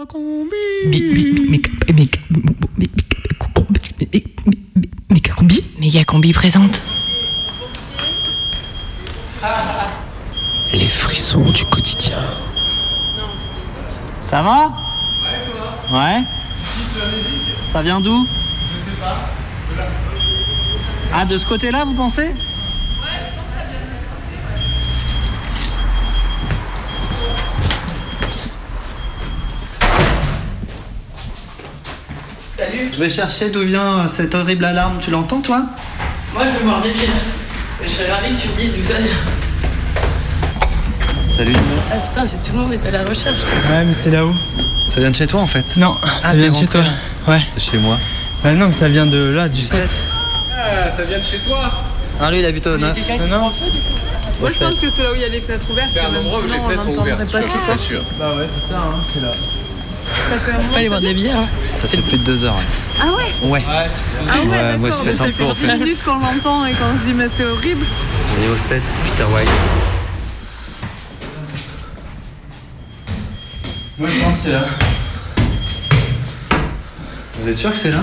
Méga combi présente. Les frissons du quotidien. Ça va ? Ouais, toi ? Ouais. Ça vient d'où ? Je sais pas. De là. Ah, de ce côté-là, vous pensez ? Ouais, je pense que ça vient de ce côté. Salut. Je vais chercher d'où vient cette horrible alarme. Tu l'entends, toi ? Moi, je veux voir des billes. Je serais ravie que tu me dises d'où ça vient. Salut. Ah putain, tout le monde est à la recherche. Ouais, mais c'est là-haut. Ça vient de chez toi, en fait ? Non, ça vient de chez toi. Ouais. De chez moi. Bah non, mais ça vient de là, du 7. Ah, ça vient de chez toi. Ah, lui, il habite au 9. Non. Moi, je pense que c'est là où il y a les fenêtres ouvertes. C'est un endroit où les fenêtres sont ouvertes. Pas si fort. Sûr. Bah ouais, c'est ça, hein, c'est là. Ça fait un On moment. peut aller voir des bières. Hein. Ça fait plus de 2 heures. Ah ouais. Ouais. Ah ouais, Ouais, moi, d'accord. je fais Mais un ça peu, en fait fait. 10 minutes qu'on l'entend et qu'on se dit mais c'est horrible. On est au 7, Peter White. Moi, je pense que c'est là. Vous êtes sûr que c'est là ?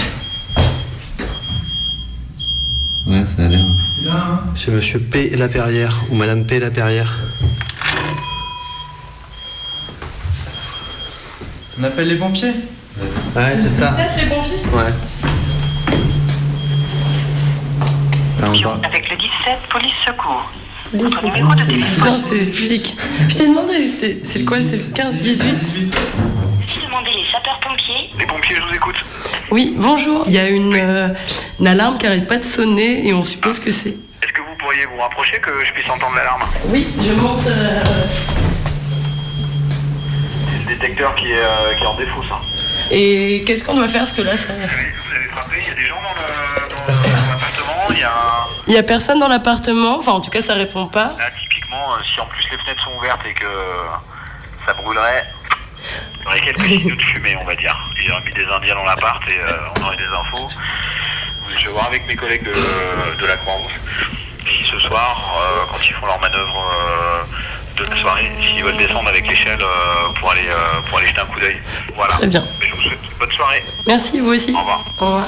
Ouais, ça a l'air. C'est là, hein. Chez Monsieur P. Laperrière ou Madame P. Laperrière. On appelle les pompiers. Ouais, c'est ça. Les pompiers. Ouais. Là, on parle. Avec le 17, police secours. Non, c'est flic. Je t'ai demandé, c'est quoi, c'est le 15-18 Demandez les sapeurs-pompiers. Les pompiers, je vous écoute. Oui, bonjour. Il y a une alarme qui arrête pas de sonner et on suppose que c'est... Est-ce que vous pourriez vous rapprocher que je puisse entendre l'alarme ? Oui, je monte... C'est le détecteur qui est en défaut, ça. Et qu'est-ce qu'on doit faire parce que là, ça... Vous avez frappé, il y a des gens dans l'appartement, il y a un... Il y a personne dans l'appartement, enfin en tout cas ça répond pas. Là, typiquement, si en plus les fenêtres sont ouvertes et que ça brûlerait, il y aurait quelques signaux de fumée, on va dire. Il y aurait mis des indiens dans l'appart et on aurait des infos. Je vais voir avec mes collègues de la Croix-Rouge si ce soir, quand ils font leur manœuvre de la soirée, s'ils veulent descendre avec l'échelle pour aller jeter un coup d'œil. Voilà. Très bien. Mais je vous souhaite une bonne soirée. Merci, vous aussi. Au revoir. Au revoir.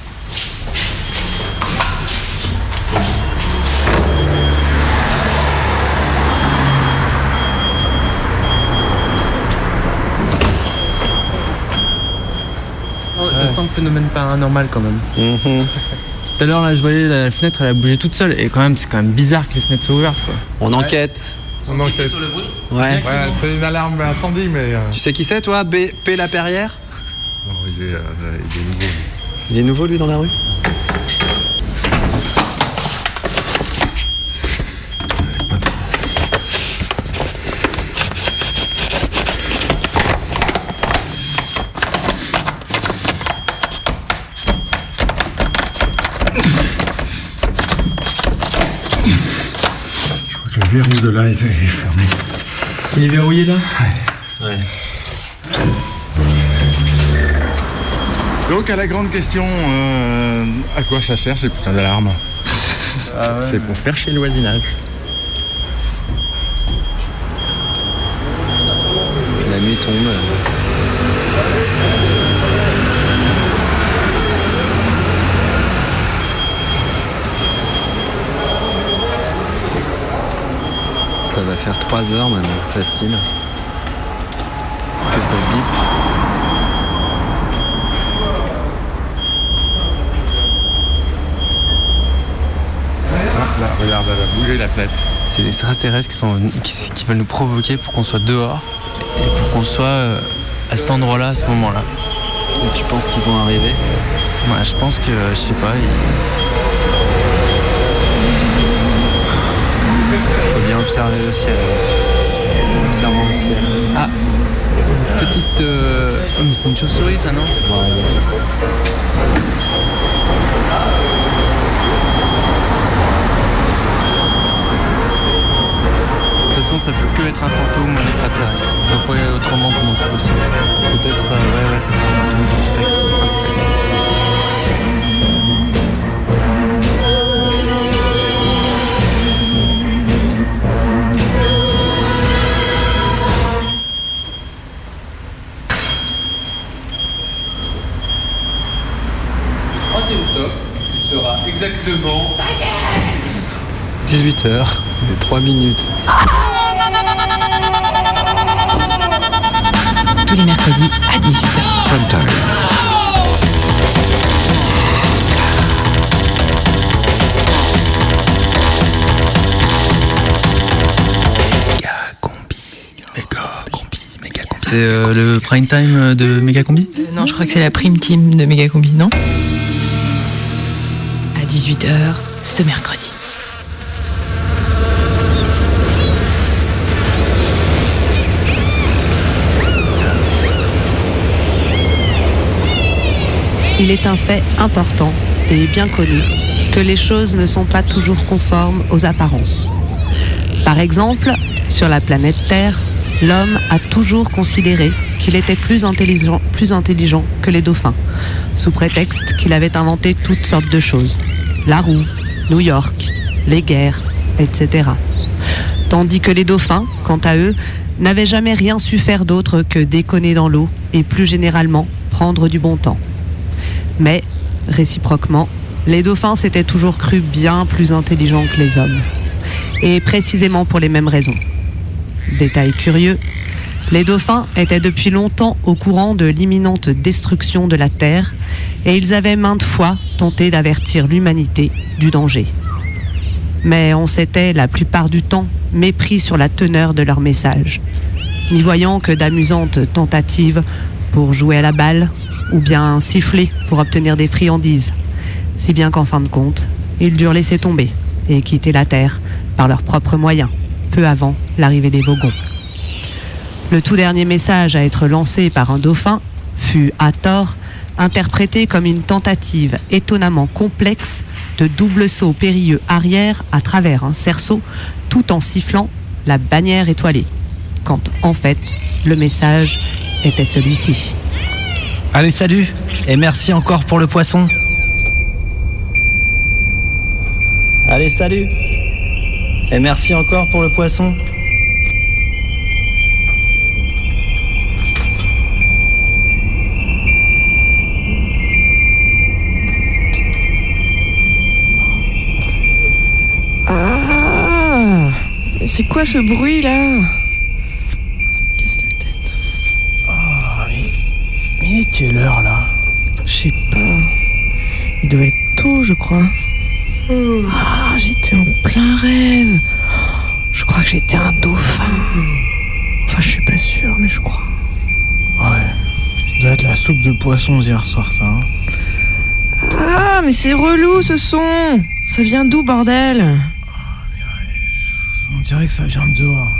Ça sent le phénomène paranormal quand même. Mhm. Tout à l'heure, là, je voyais la fenêtre, elle a bougé toute seule. Et quand même, c'est quand même bizarre que les fenêtres soient ouvertes, quoi. On enquête. On enquête. Ouais. Ouais, c'est une alarme incendie, mais. Tu sais qui c'est, toi ? P. Laperrière ? Non, il est nouveau. Il est nouveau, lui, dans la rue ? Le verrou de là est fermé. Il est verrouillé là ? Ouais. Donc, à la grande question, à quoi ça sert ces putains d'alarmes ? C'est pour faire chez le voisinage. La nuit tombe. Ça va faire 3 heures maintenant, facile. Que ça bip. Là, regarde, elle a bougé la fenêtre. C'est les extraterrestres qui veulent nous provoquer pour qu'on soit dehors et pour qu'on soit à cet endroit-là, à ce moment-là. Et tu penses qu'ils vont arriver ? Ouais, je pense que, je sais pas, Faut bien observer le ciel. Observons le ciel. Ah, petite... Oh, mais c'est une chauve-souris, ça, non ? De toute façon, ça peut que être un fantôme ou un extraterrestre. Je vois pas autrement comment c'est possible. Peut-être, ouais, c'est ça, un fantôme, un spectre. exactement 18h et 3 minutes. Tous les mercredis à 18h. Prime time. C'est le prime time de Mégacombi ? Non, je crois que c'est la prime team de Mégacombi, non ? À 18h ce mercredi. Il est un fait important et bien connu que les choses ne sont pas toujours conformes aux apparences. Par exemple, sur la planète Terre, l'homme a toujours considéré qu'il était plus intelligent que les dauphins, sous prétexte qu'il avait inventé toutes sortes de choses. La roue, New York, les guerres, etc. Tandis que les dauphins, quant à eux, n'avaient jamais rien su faire d'autre que déconner dans l'eau et plus généralement prendre du bon temps. Mais, réciproquement, les dauphins s'étaient toujours crus bien plus intelligents que les hommes. Et précisément pour les mêmes raisons. Détail curieux, les dauphins étaient depuis longtemps au courant de l'imminente destruction de la Terre et ils avaient maintes fois tenté d'avertir l'humanité du danger. Mais on s'était, la plupart du temps, mépris sur la teneur de leur message, n'y voyant que d'amusantes tentatives pour jouer à la balle ou bien siffler pour obtenir des friandises, si bien qu'en fin de compte, ils durent laisser tomber et quitter la Terre par leurs propres moyens, peu avant l'arrivée des Vogons. Le tout dernier message à être lancé par un dauphin fut, à tort, interprété comme une tentative étonnamment complexe de double saut périlleux arrière à travers un cerceau, tout en sifflant la bannière étoilée, quand en fait, le message était celui-ci. Allez, salut, et merci encore pour le poisson. Allez, salut, et merci encore pour le poisson. Ah, mais c'est quoi ce bruit là? Ça me casse la tête. Ah, mais il est quelle heure là? Je sais pas. Il doit être tôt, je crois. Ah, j'étais en plein rêve. Je crois que j'étais un dauphin. Enfin, je suis pas sûre, mais je crois. Ouais, ça doit être la soupe de poisson d'hier soir, ça. Hein. Ah, mais c'est relou ce son. Ça vient d'où, bordel? On dirait que ça vient de dehors.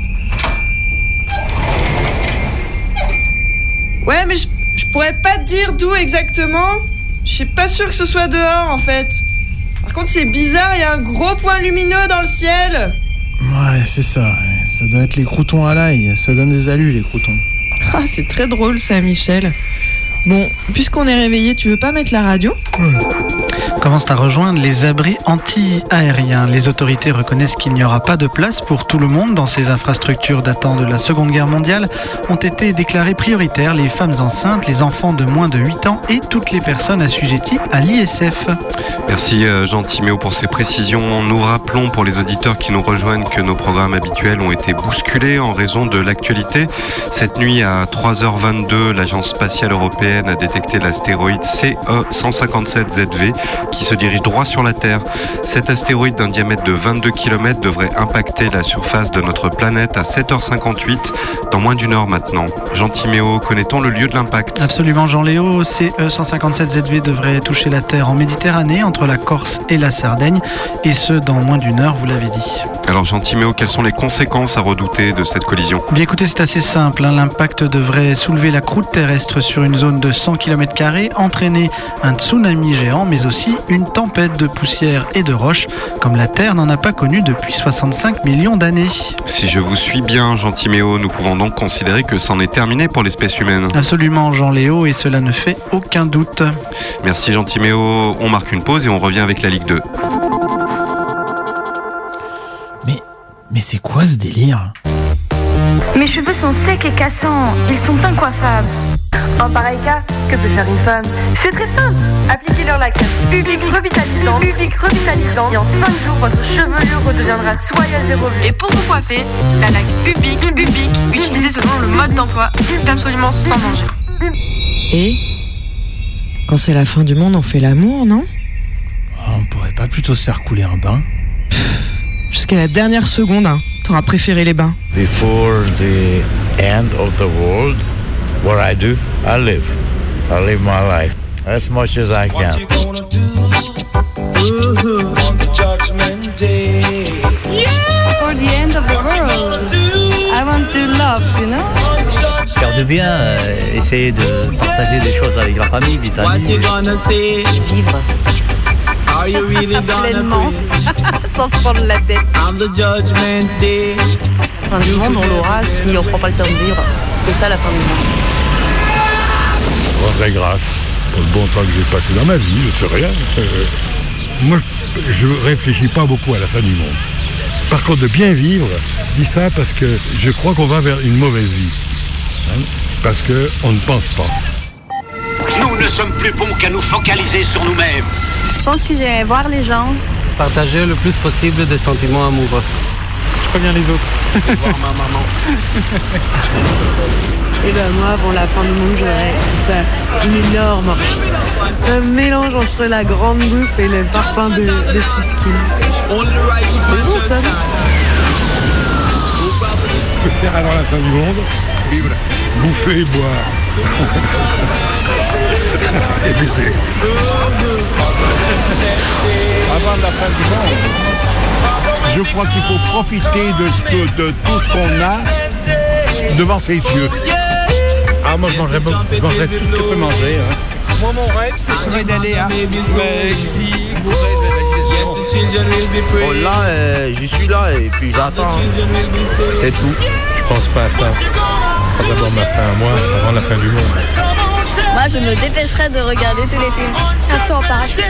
Ouais, mais je pourrais pas te dire d'où exactement. Je suis pas sûre que ce soit dehors, en fait. Par contre, c'est bizarre, il y a un gros point lumineux dans le ciel. Ouais, c'est ça. Ouais. Ça doit être les croutons à l'ail. Ça donne des alus, les croutons. Ah, c'est très drôle, ça, Michel. Bon, puisqu'on est réveillé, tu veux pas mettre la radio ? Commencent à rejoindre les abris anti-aériens. Les autorités reconnaissent qu'il n'y aura pas de place pour tout le monde dans ces infrastructures datant de la Seconde Guerre mondiale. Ont été déclarées prioritaires les femmes enceintes, les enfants de moins de 8 ans et toutes les personnes assujetties à l'ISF. Merci Jean Timéo pour ces précisions. Nous rappelons pour les auditeurs qui nous rejoignent que nos programmes habituels ont été bousculés en raison de l'actualité. Cette nuit à 3h22, l'Agence spatiale européenne a détecté l'astéroïde CE-157ZV qui se dirige droit sur la Terre. Cet astéroïde d'un diamètre de 22 km devrait impacter la surface de notre planète à 7h58, dans moins d'une heure maintenant. Jean Timéo, connaît-on le lieu de l'impact ? Absolument Jean-Léo, CE-157ZV devrait toucher la Terre en Méditerranée, entre la Corse et la Sardaigne, et ce, dans moins d'une heure, vous l'avez dit. Alors Jean Timéo, quelles sont les conséquences à redouter de cette collision ? Bien écoutez, c'est assez simple. L'impact devrait soulever la croûte terrestre sur une zone de 100 km², entraîner un tsunami géant, mais aussi une tempête de poussière et de roches, comme la Terre n'en a pas connu depuis 65 millions d'années. Si je vous suis bien, Jean Timéo, nous pouvons donc considérer que c'en est terminé pour l'espèce humaine. Absolument, Jean-Léo, et cela ne fait aucun doute. Merci Jean Timéo. On marque une pause et on revient avec la Ligue 2. Mais c'est quoi ce délire ? Mes cheveux sont secs et cassants, ils sont incoiffables. En pareil cas, que peut faire une femme? C'est très simple. Appliquez-leur la crème Ubique revitalisante. Et en 5 jours, votre chevelure redeviendra soyeuse et revue. Et pour vous coiffer, la laque Ubique, utilisée selon le mode d'emploi, est absolument sans danger. Et quand c'est la fin du monde, on fait l'amour, non? On pourrait pas plutôt se faire couler un bain? Jusqu'à la dernière seconde, hein. T'auras préféré les bains. Before the end of the world, what I do, I live my life as much as I can. For the end of the world, I want to love, you know. Faire du bien, essayer de partager des choses avec la famille, des amis. Vivre. Pleinement, sans se prendre la tête. La fin du monde, on l'aura si on prend pas le temps de vivre. C'est ça la fin du monde. Rendrai grâce pour le bon temps que j'ai passé dans ma vie, je sais rien. Moi, je réfléchis pas beaucoup à la fin du monde. Par contre, de bien vivre, je dis ça parce que je crois qu'on va vers une mauvaise vie. Parce qu'on ne pense pas. Nous ne sommes plus bons qu'à nous focaliser sur nous-mêmes. Je pense que j'irai voir les gens. Partager le plus possible des sentiments amoureux. Je préviens les autres. Voir ma maman. Et ben moi, avant la fin du monde, j'aurais que ce soit une énorme orgie. Un mélange entre la grande bouffe et le parfum de Suskin. C'est bon ça? Que faire avant la fin du monde? Vivre, bouffer et boire. Et baiser. Avant la fin du monde, je crois qu'il faut profiter de tout ce qu'on a devant ses yeux. Ah, moi je mangerais tout ce que je peux manger. Hein. Moi mon rêve ce serait d'aller à Mexique. Bon là, j'y suis là et puis j'attends. C'est tout. Je pense pas à ça. Ce sera d'abord ma fin à moi, avant la fin du monde. Moi, je me dépêcherai de regarder tous les films. Un saut en parachute.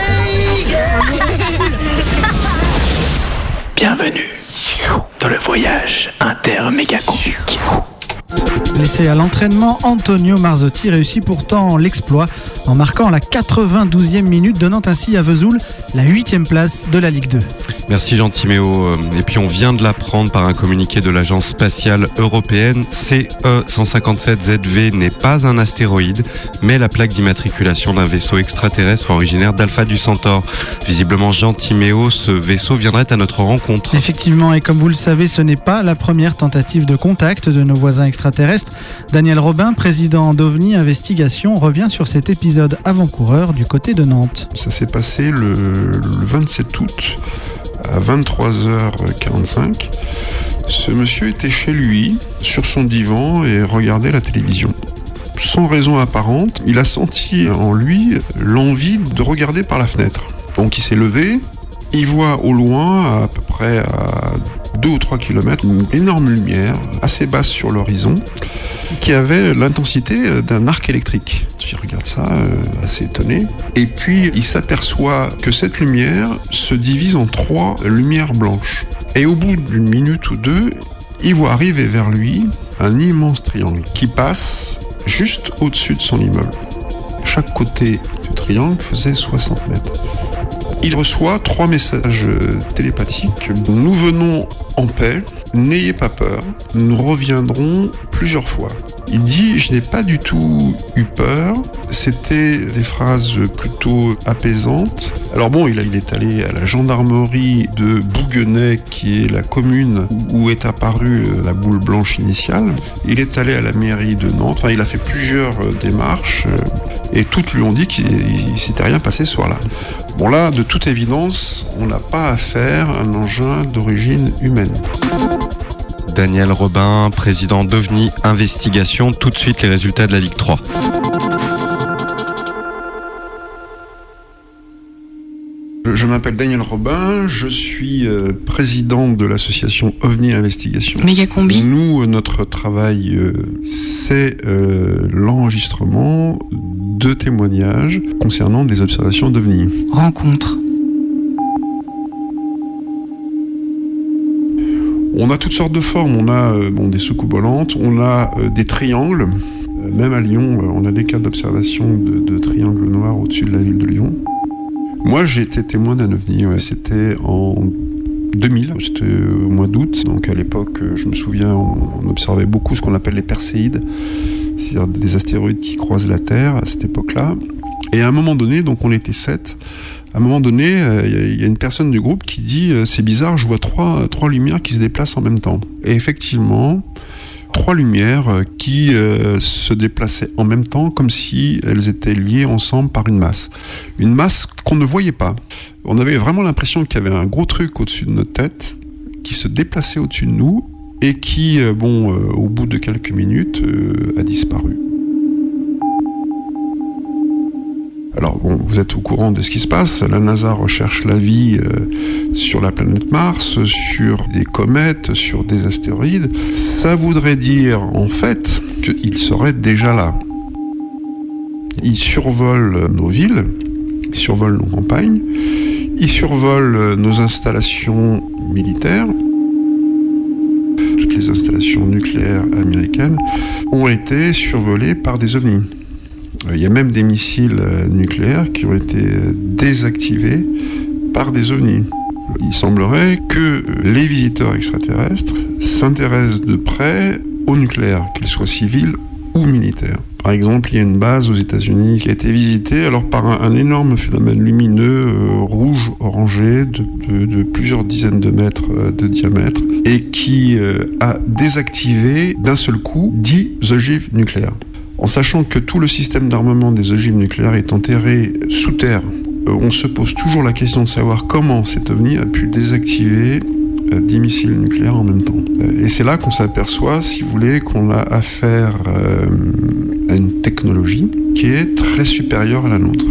Bienvenue dans le voyage inter-méga-comique. Laissé à l'entraînement, Antonio Marzotti réussit pourtant l'exploit en marquant la 92e minute, donnant ainsi à Vesoul la 8e place de la Ligue 2. Merci Jean Timéo. Et puis on vient de l'apprendre par un communiqué de l'Agence spatiale européenne. CE-157ZV n'est pas un astéroïde, mais la plaque d'immatriculation d'un vaisseau extraterrestre originaire d'Alpha du Centaure. Visiblement Jean Timéo, ce vaisseau viendrait à notre rencontre. Effectivement, et comme vous le savez, ce n'est pas la première tentative de contact de nos voisins extraterrestres. Daniel Robin, président d'OVNI Investigation, revient sur cet épisode avant-coureur du côté de Nantes. Ça s'est passé le 27 août à 23h45. Ce monsieur était chez lui, sur son divan, et regardait la télévision. Sans raison apparente, il a senti en lui l'envie de regarder par la fenêtre. Donc il s'est levé, il voit au loin, à peu près à 2 ou 3 km, une énorme lumière, assez basse sur l'horizon, qui avait l'intensité d'un arc électrique. Il regarde ça, assez étonné. Et puis, il s'aperçoit que cette lumière se divise en 3 lumières blanches. Et au bout d'une minute ou deux, il voit arriver vers lui un immense triangle qui passe juste au-dessus de son immeuble. Chaque côté du triangle faisait 60 mètres. Il reçoit 3 messages télépathiques. Nous venons en paix, n'ayez pas peur, nous reviendrons plusieurs fois. Il dit, je n'ai pas du tout eu peur, c'était des phrases plutôt apaisantes. Alors bon, il est allé à la gendarmerie de Bouguenais, qui est la commune où est apparue la boule blanche initiale. Il est allé à la mairie de Nantes, enfin il a fait plusieurs démarches, et toutes lui ont dit qu'il ne s'était rien passé ce soir-là. Bon là, de toute évidence, on n'a pas affaire à un engin d'origine humaine. Daniel Robin, président d'OVNI Investigation. Tout de suite les résultats de la Ligue 3. Je m'appelle Daniel Robin, je suis président de l'association OVNI Investigation. Mégacombi. Nous, notre travail, c'est l'enregistrement de témoignages concernant des observations d'OVNI. Rencontre. On a toutes sortes de formes. On a des soucoupes volantes, on a des triangles. Même à Lyon, on a des cas d'observation de triangles noirs au-dessus de la ville de Lyon. Moi, j'ai été témoin d'un ovni. C'était en 2000, c'était au mois d'août. Donc à l'époque, je me souviens, on observait beaucoup ce qu'on appelle les perséides, c'est-à-dire des astéroïdes qui croisent la Terre à cette époque-là. Et à un moment donné, donc on était 7, à un moment donné, il y a une personne du groupe qui dit « c'est bizarre, je vois trois lumières qui se déplacent en même temps ». Et effectivement, 3 lumières qui se déplaçaient en même temps comme si elles étaient liées ensemble par une masse qu'on ne voyait pas. On avait vraiment l'impression qu'il y avait un gros truc au-dessus de notre tête qui se déplaçait au-dessus de nous et qui, au bout de quelques minutes, a disparu. Alors bon, vous êtes au courant de ce qui se passe. La NASA recherche la vie sur la planète Mars, sur des comètes, sur des astéroïdes. Ça voudrait dire en fait qu'ils seraient déjà là. Ils survolent nos villes, ils survolent nos campagnes, ils survolent nos installations militaires. Toutes les installations nucléaires américaines ont été survolées par des ovnis. Il y a même des missiles nucléaires qui ont été désactivés par des ovnis. Il semblerait que les visiteurs extraterrestres s'intéressent de près au nucléaire, qu'il soit civil ou militaire. Par exemple, il y a une base aux États-Unis qui a été visitée par un énorme phénomène lumineux rouge-orangé de plusieurs dizaines de mètres de diamètre et qui a désactivé d'un seul coup 10 ogives nucléaires. En sachant que tout le système d'armement des ogives nucléaires est enterré sous terre, on se pose toujours la question de savoir comment cet ovni a pu désactiver 10 missiles nucléaires en même temps. Et c'est là qu'on s'aperçoit, si vous voulez, qu'on a affaire à une technologie qui est très supérieure à la nôtre.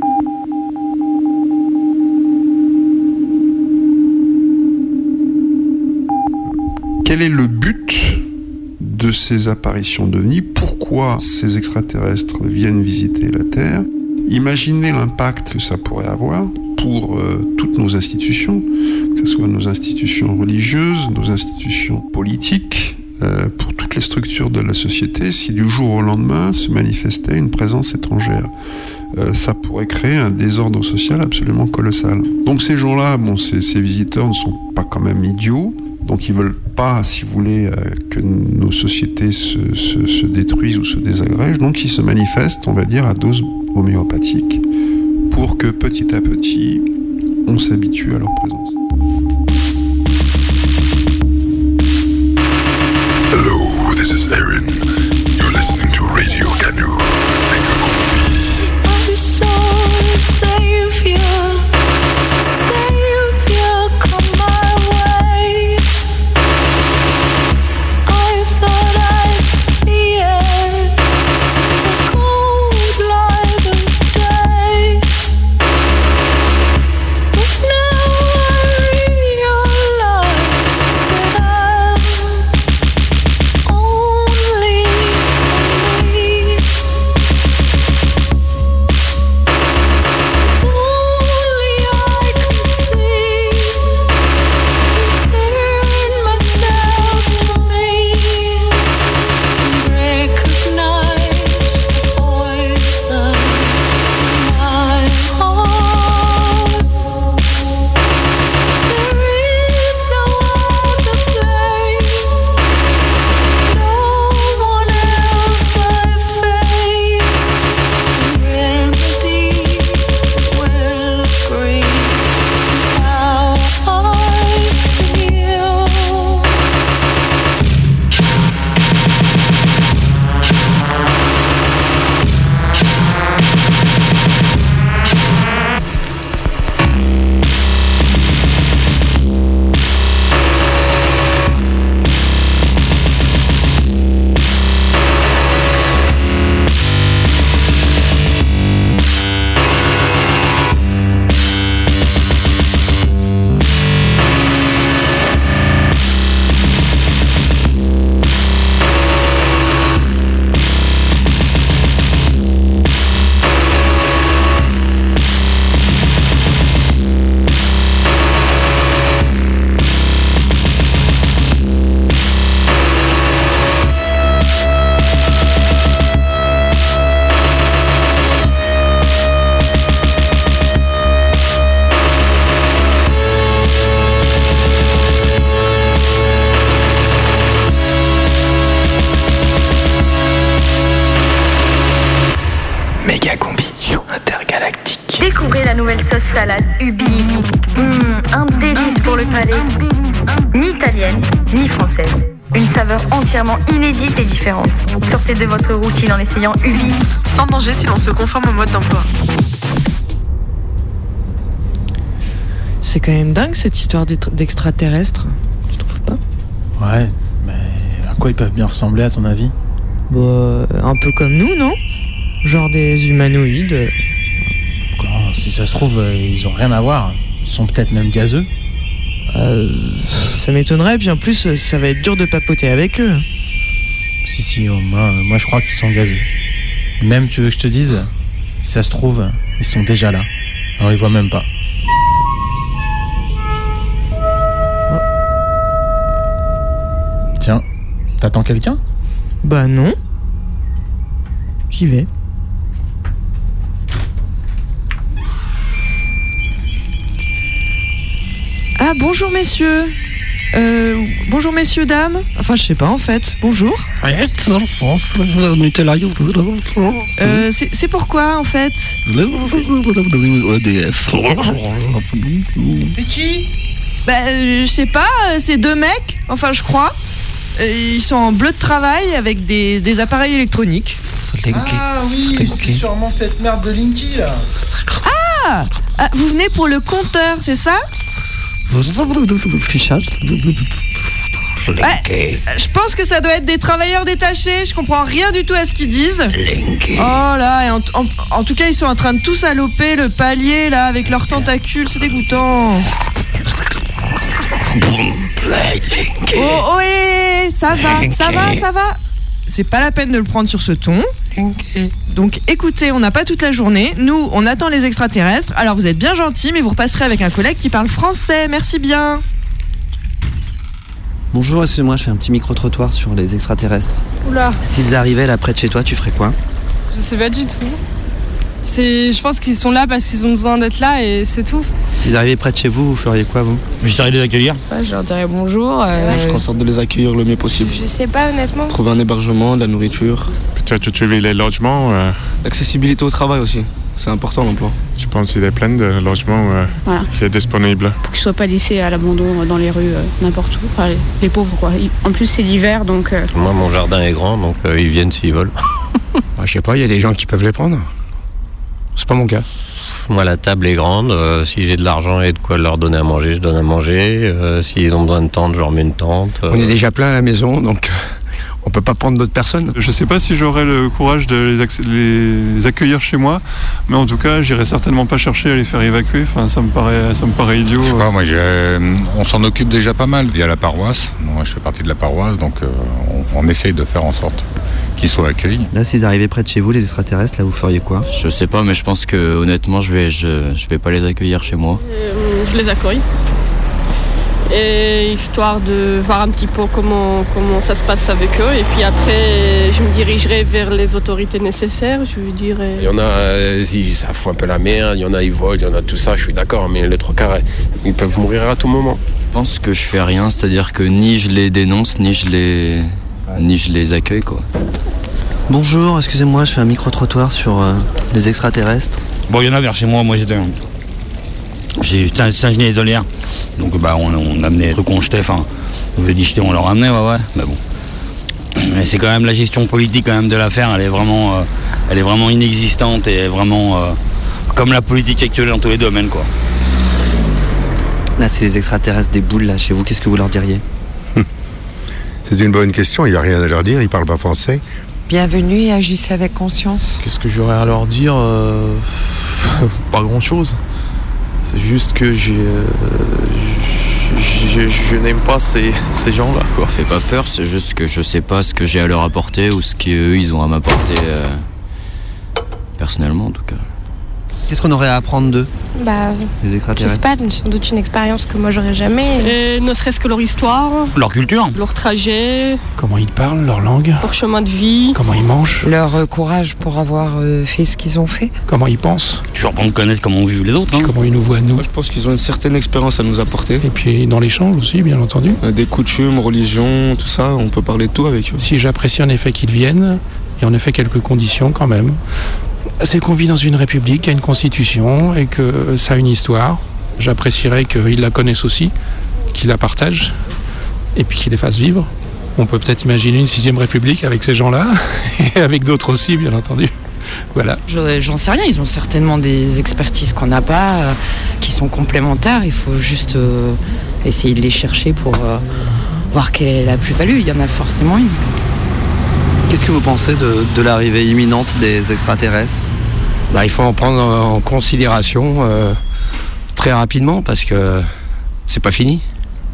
Quel est le but de ces apparitions d'ovnis? Pourquoi ces extraterrestres viennent visiter la Terre? Imaginez l'impact que ça pourrait avoir pour toutes nos institutions, que ce soit nos institutions religieuses, nos institutions politiques, pour toutes les structures de la société, si du jour au lendemain se manifestait une présence étrangère. Ça pourrait créer un désordre social absolument colossal. Donc ces gens-là, ces visiteurs ne sont pas quand même idiots, donc ils veulent pas, si vous voulez, que nos sociétés se détruisent ou se désagrègent, donc ils se manifestent, on va dire, à dose homéopathique, pour que petit à petit, on s'habitue à leur présence. Hello, this is Erin. You're listening to Radio Canoe. Now Méga combi intergalactique. Découvrez la nouvelle sauce salade Ubi. Un délice pour le palais. Ni italienne, ni française. Une saveur entièrement inédite et différente. Sortez de votre routine en essayant Ubi. Sans danger si l'on se conforme au mode d'emploi. C'est quand même dingue cette histoire d'extraterrestres. Tu trouves pas? Ouais, mais à quoi ils peuvent bien ressembler à ton avis? Bah, un peu comme nous, non? Genre des humanoïdes. Oh, si ça se trouve, ils ont rien à voir. Ils sont peut-être même gazeux. Ça m'étonnerait, puis en plus, ça va être dur de papoter avec eux. Si, moi je crois qu'ils sont gazeux. Même, tu veux que je te dise, si ça se trouve, ils sont déjà là. Alors ils voient même pas. Tiens, t'attends quelqu'un? Bah non. J'y vais. Ah, bonjour messieurs. Bonjour messieurs, dames. Enfin, je sais pas en fait. Bonjour. C'est pourquoi en fait? C'est qui? Bah, je sais pas, c'est deux mecs, enfin je crois. Ils sont en bleu de travail avec des appareils électroniques. Ah oui, c'est sûrement cette merde de Linky là. Ah, vous venez pour le compteur, c'est ça? Fichage. Ouais, je pense que ça doit être des travailleurs détachés. Je comprends rien du tout à ce qu'ils disent. Oh là, et en tout cas, ils sont en train de tout saloper le palier là avec leurs tentacules. C'est dégoûtant. Oh, ça va. C'est pas la peine de le prendre sur ce ton. Donc écoutez, on n'a pas toute la journée. Nous, on attend les extraterrestres. Alors vous êtes bien gentils, mais vous repasserez avec un collègue qui parle français. Merci bien. Bonjour, excusez-moi, je fais un petit micro-trottoir sur les extraterrestres. Oula. S'ils arrivaient là près de chez toi, tu ferais quoi? Je sais pas du tout. Je pense qu'ils sont là parce qu'ils ont besoin d'être là et c'est tout. S'ils arrivaient près de chez vous, vous feriez quoi, vous? J'essaierais de les accueillir. Ouais, je leur dirais bonjour. Je ferai en sorte de les accueillir le mieux possible. Je sais pas, honnêtement. Trouver un hébergement, de la nourriture. Peut-être trouver les logements. L'accessibilité au travail aussi. C'est important, l'emploi. Je pense qu'il y a plein de logements qui sont disponibles. Pour qu'ils ne soient pas laissés à l'abandon dans les rues, n'importe où. Enfin, les pauvres, quoi. En plus, c'est l'hiver, donc... Moi, mon jardin est grand, donc ils viennent s'ils veulent. Je sais pas, il y a des gens qui peuvent les prendre. C'est pas mon cas. Moi, la table est grande. Si j'ai de l'argent et de quoi leur donner à manger, je donne à manger. S'ils ont besoin de tente, je leur mets une tente. On est déjà plein à la maison, donc on peut pas prendre d'autres personnes. Je sais pas si j'aurais le courage de les accueillir chez moi, mais en tout cas, j'irai certainement pas chercher à les faire évacuer. Enfin, ça me paraît idiot. Je sais pas, moi, on s'en occupe déjà pas mal. Il y a la paroisse. Moi, je fais partie de la paroisse, donc on essaye de faire en sorte qu'ils soient accueillis. Là, s'ils arrivaient près de chez vous, les extraterrestres, là, vous feriez quoi? Je sais pas, mais je pense que honnêtement, je vais pas les accueillir chez moi. Je les accueille. Et histoire de voir un petit peu comment ça se passe avec eux. Et puis après, je me dirigerai vers les autorités nécessaires, je veux dire. Il y en a, ça fout un peu la merde, il y en a, ils volent, il y en a tout ça, je suis d'accord, mais les trois quarts, ils peuvent mourir à tout moment. Je pense que je fais rien, c'est-à-dire que ni je les dénonce, ni je les accueille, quoi. Bonjour, excusez-moi, je fais un micro-trottoir sur les extraterrestres. Bon, il y en a vers chez moi, j'étais ingénieur isolière. Donc on amenait des trucs qu'on jetait, on veut y jeter, on leur ramenait, ouais. Mais bon. Mais c'est quand même la gestion politique quand même de l'affaire, elle est vraiment inexistante et vraiment comme la politique actuelle dans tous les domaines, quoi. Là, c'est les extraterrestres des boules, là, chez vous, qu'est-ce que vous leur diriez? C'est une bonne question, il n'y a rien à leur dire, ils parlent pas français. Bienvenue et agissez avec conscience. Qu'est-ce que j'aurais à leur dire? Pas grand-chose. C'est juste que je n'aime pas ces gens-là, quoi. Fais pas peur, c'est juste que je sais pas ce que j'ai à leur apporter ou ce qu'eux ils ont à m'apporter personnellement, en tout cas. Qu'est-ce qu'on aurait à apprendre d'eux? Les extraterrestres. Je sais pas, sans doute une expérience que moi j'aurais jamais. Et ne serait-ce que leur histoire, leur culture, leur trajet, comment ils parlent, leur langue, leur chemin de vie, comment ils mangent, leur courage pour avoir fait ce qu'ils ont fait, comment ils pensent. Toujours pour nous connaître comment vivent les autres. Comment ils nous voient, nous. Moi, je pense qu'ils ont une certaine expérience à nous apporter. Et puis dans l'échange aussi, bien entendu. Des coutumes, religion, tout ça, on peut parler de tout avec eux. Si j'apprécie en effet qu'ils viennent, et en effet quelques conditions quand même. C'est qu'on vit dans une république, qu'il y a une constitution et que ça a une histoire. J'apprécierais qu'ils la connaissent aussi, qu'ils la partagent et puis qu'ils les fassent vivre. On peut peut-être imaginer une 6e république avec ces gens-là et avec d'autres aussi, bien entendu. Voilà. J'en sais rien, ils ont certainement des expertises qu'on n'a pas, qui sont complémentaires. Il faut juste essayer de les chercher pour voir quelle est la plus-value. Il y en a forcément une. Qu'est-ce que vous pensez de l'arrivée imminente des extraterrestres ? Il faut en prendre en considération très rapidement parce que c'est pas fini.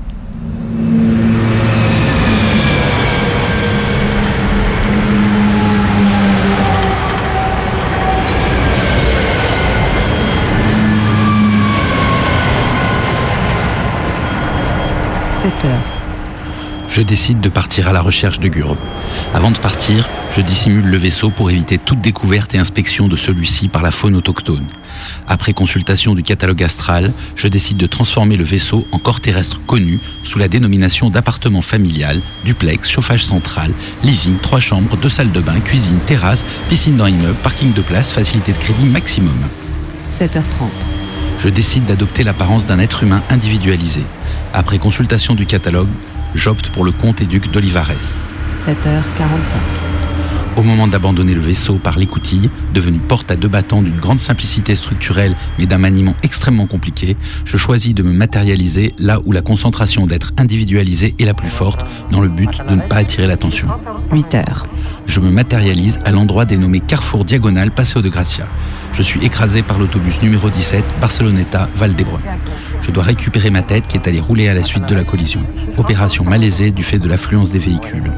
Je décide de partir à la recherche de Gurb. Avant de partir, je dissimule le vaisseau pour éviter toute découverte et inspection de celui-ci par la faune autochtone. Après consultation du catalogue astral, je décide de transformer le vaisseau en corps terrestre connu sous la dénomination d'appartement familial, duplex, chauffage central, living, 3 chambres, 2 salles de bain, cuisine, terrasse, piscine dans immeuble, parking de place, facilité de crédit maximum. 7h30. Je décide d'adopter l'apparence d'un être humain individualisé. Après consultation du catalogue, j'opte pour le comte et duc d'Olivares. 7h45. Au moment d'abandonner le vaisseau par l'écoutille, devenu porte à 2 battants d'une grande simplicité structurelle mais d'un maniement extrêmement compliqué, je choisis de me matérialiser là où la concentration d'être individualisé est la plus forte, dans le but de ne pas attirer l'attention. 8h. Je me matérialise à l'endroit dénommé Carrefour Diagonal Paseo de Gracia. Je suis écrasé par l'autobus numéro 17, Barceloneta-Val d'Hebron. Je dois récupérer ma tête qui est allée rouler à la suite de la collision. Opération malaisée du fait de l'affluence des véhicules.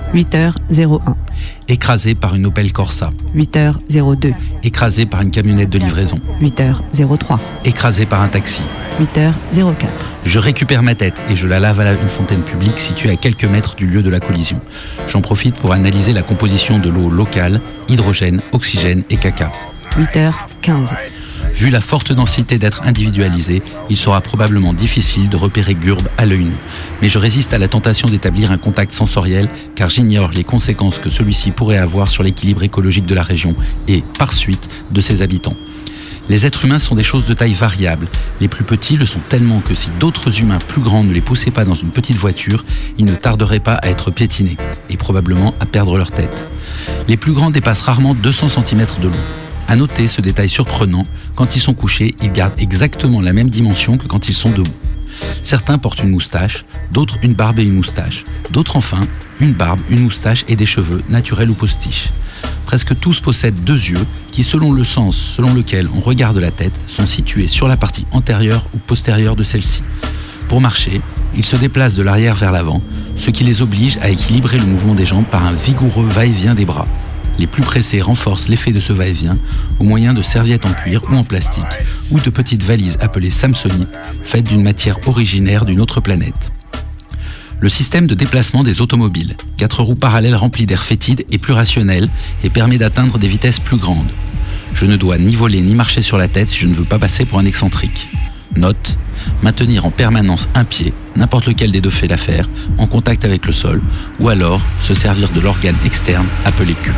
8h01. Écrasé par une Opel Corsa. 8h02. Écrasé par une camionnette de livraison. 8h03. Écrasé par un taxi. 8h04. Je récupère ma tête et je la lave à une fontaine publique située à quelques mètres du lieu de la collision. J'en profite pour analyser la composition de l'eau locale, hydrogène, oxygène et caca. 8h15. Vu la forte densité d'êtres individualisés, il sera probablement difficile de repérer Gurb à l'œil nu. Mais je résiste à la tentation d'établir un contact sensoriel car j'ignore les conséquences que celui-ci pourrait avoir sur l'équilibre écologique de la région et, par suite, de ses habitants. Les êtres humains sont des choses de taille variable. Les plus petits le sont tellement que si d'autres humains plus grands ne les poussaient pas dans une petite voiture, ils ne tarderaient pas à être piétinés et probablement à perdre leur tête. Les plus grands dépassent rarement 200 cm de long. À noter ce détail surprenant, quand ils sont couchés, ils gardent exactement la même dimension que quand ils sont debout. Certains portent une moustache, d'autres une barbe et une moustache, d'autres enfin une barbe, une moustache et des cheveux, naturels ou postiches. Presque tous possèdent 2 yeux qui, selon le sens selon lequel on regarde la tête, sont situés sur la partie antérieure ou postérieure de celle-ci. Pour marcher, ils se déplacent de l'arrière vers l'avant, ce qui les oblige à équilibrer le mouvement des jambes par un vigoureux va-et-vient des bras. Les plus pressés renforcent l'effet de ce va-et-vient au moyen de serviettes en cuir ou en plastique ou de petites valises appelées samsonites faites d'une matière originaire d'une autre planète. Le système de déplacement des automobiles, 4 roues parallèles remplies d'air fétide est plus rationnel et permet d'atteindre des vitesses plus grandes. Je ne dois ni voler ni marcher sur la tête si je ne veux pas passer pour un excentrique. Note, maintenir en permanence un pied, n'importe lequel des deux fait l'affaire, en contact avec le sol, ou alors se servir de l'organe externe appelé cul.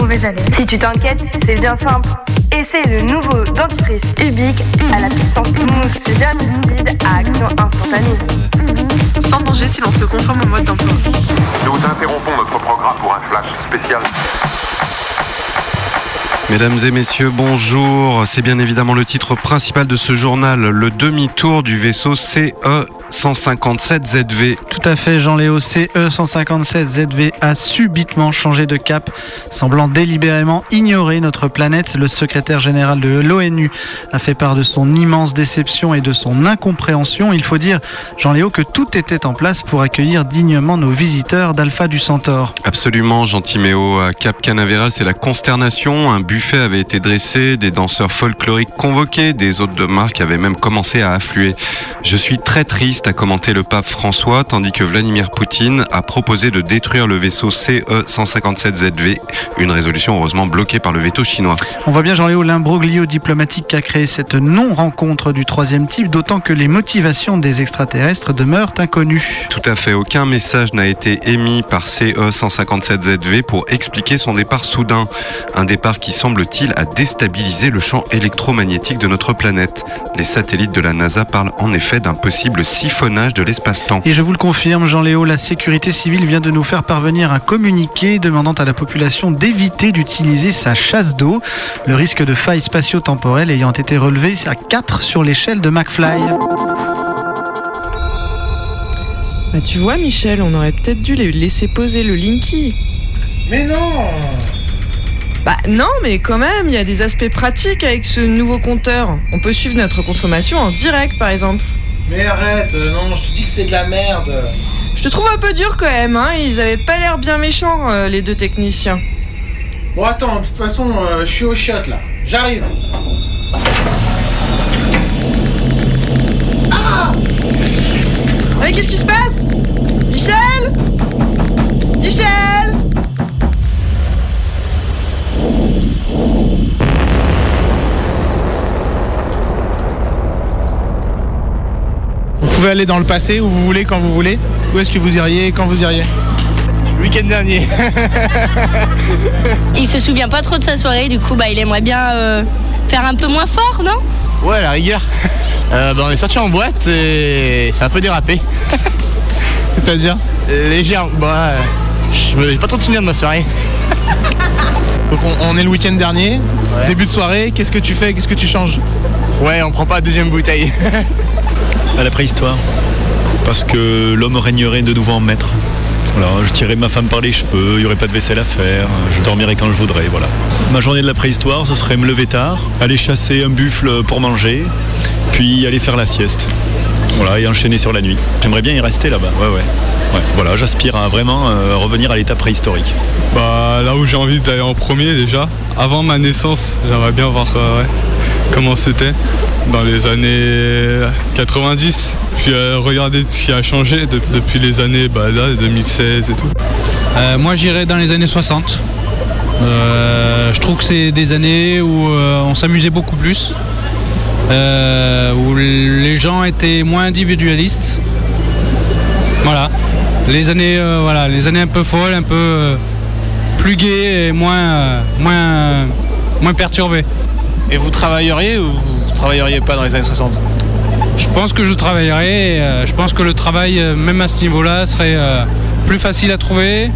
mauvaise haleine. Si tu t'inquiètes, c'est bien simple. Essaye le nouveau dentifrice Ubic à la puissance mousse germicide à action instantanée. Sans danger si l'on se conforme au mode d'emploi. Nous interrompons notre programme pour un flash spécial. Mesdames et messieurs, bonjour. C'est bien évidemment le titre principal de ce journal, le demi-tour du vaisseau CE-157ZV. Tout à fait, Jean-Léo. CE-157ZV a subitement changé de cap, semblant délibérément ignorer notre planète. Le secrétaire général de l'ONU a fait part de son immense déception et de son incompréhension. Il faut dire, Jean-Léo, que tout était en place pour accueillir dignement nos visiteurs d'Alpha du Centaure. Absolument, Jean-Timéo. À Cap Canaveral, c'est la consternation. Un buffet avait été dressé, des danseurs folkloriques convoqués, des hôtes de marque avaient même commencé à affluer. Je suis très triste, a commenté le pape François, tandis que Vladimir Poutine a proposé de détruire le vaisseau CE-157ZV, une résolution heureusement bloquée par le veto chinois. On voit bien, Jean-Léo, l'imbroglio diplomatique qu'a créé cette non-rencontre du troisième type, d'autant que les motivations des extraterrestres demeurent inconnues. Tout à fait, aucun message n'a été émis par CE-157ZV pour expliquer son départ soudain. Un départ qui semble-t-il a déstabilisé le champ électromagnétique de notre planète. Les satellites de la NASA parlent en effet d'un possible siphonnage de l'espace-temps. Et je vous le confirme, Jean-Léo, la sécurité civile vient de nous faire parvenir un communiqué demandant à la population d'éviter d'utiliser sa chasse d'eau, le risque de faille spatio-temporelle ayant été relevé à 4 sur l'échelle de McFly. Bah tu vois, Michel, on aurait peut-être dû les laisser poser le Linky. Mais non! Bah non, mais quand même, il y a des aspects pratiques avec ce nouveau compteur. On peut suivre notre consommation en direct, par exemple. Mais arrête, non, je te dis que c'est de la merde. Je te trouve un peu dur quand même, hein. Ils avaient pas l'air bien méchants, les deux techniciens. Bon, attends, de toute façon, je suis au shot, là. J'arrive. Ah! Mais qu'est-ce qui se passe? Michel? Michel? Vous pouvez aller dans le passé où vous voulez, quand vous voulez. Où est-ce que vous iriez, quand vous iriez? Le week-end dernier. Il se souvient pas trop de sa soirée, du coup il aimerait bien faire un peu moins fort, non? Ouais, à la rigueur. On est sorti en boîte et c'est un peu dérapé. C'est-à-dire? Légère. J'ai pas trop de souvenirs de ma soirée. Donc on est le week-end dernier, ouais. Début de soirée, qu'est-ce que tu fais, qu'est-ce que tu changes? Ouais, on prend pas la deuxième bouteille. À la préhistoire, parce que l'homme régnerait de nouveau en maître. Voilà, je tirerais ma femme par les cheveux, il n'y aurait pas de vaisselle à faire, je dormirais quand je voudrais, voilà. Ma journée de la préhistoire, ce serait me lever tard, aller chasser un buffle pour manger, puis aller faire la sieste. Voilà, et enchaîner sur la nuit. J'aimerais bien y rester là-bas, ouais. Voilà, j'aspire à vraiment revenir à l'état préhistorique. Là où j'ai envie d'aller en premier déjà, avant ma naissance, j'aimerais bien voir comment c'était dans les années 90. Puis regarder ce qui a changé depuis les années 2016 et tout. Moi j'irais dans les années 60. Je trouve que c'est des années où on s'amusait beaucoup plus, où les gens étaient moins individualistes. Voilà. Les années un peu folles, un peu plus gaies et moins perturbées. Et vous travailleriez ou vous travailleriez pas dans les années 60? Je pense que je travaillerais. Je pense que le travail, même à ce niveau-là, serait plus facile à trouver.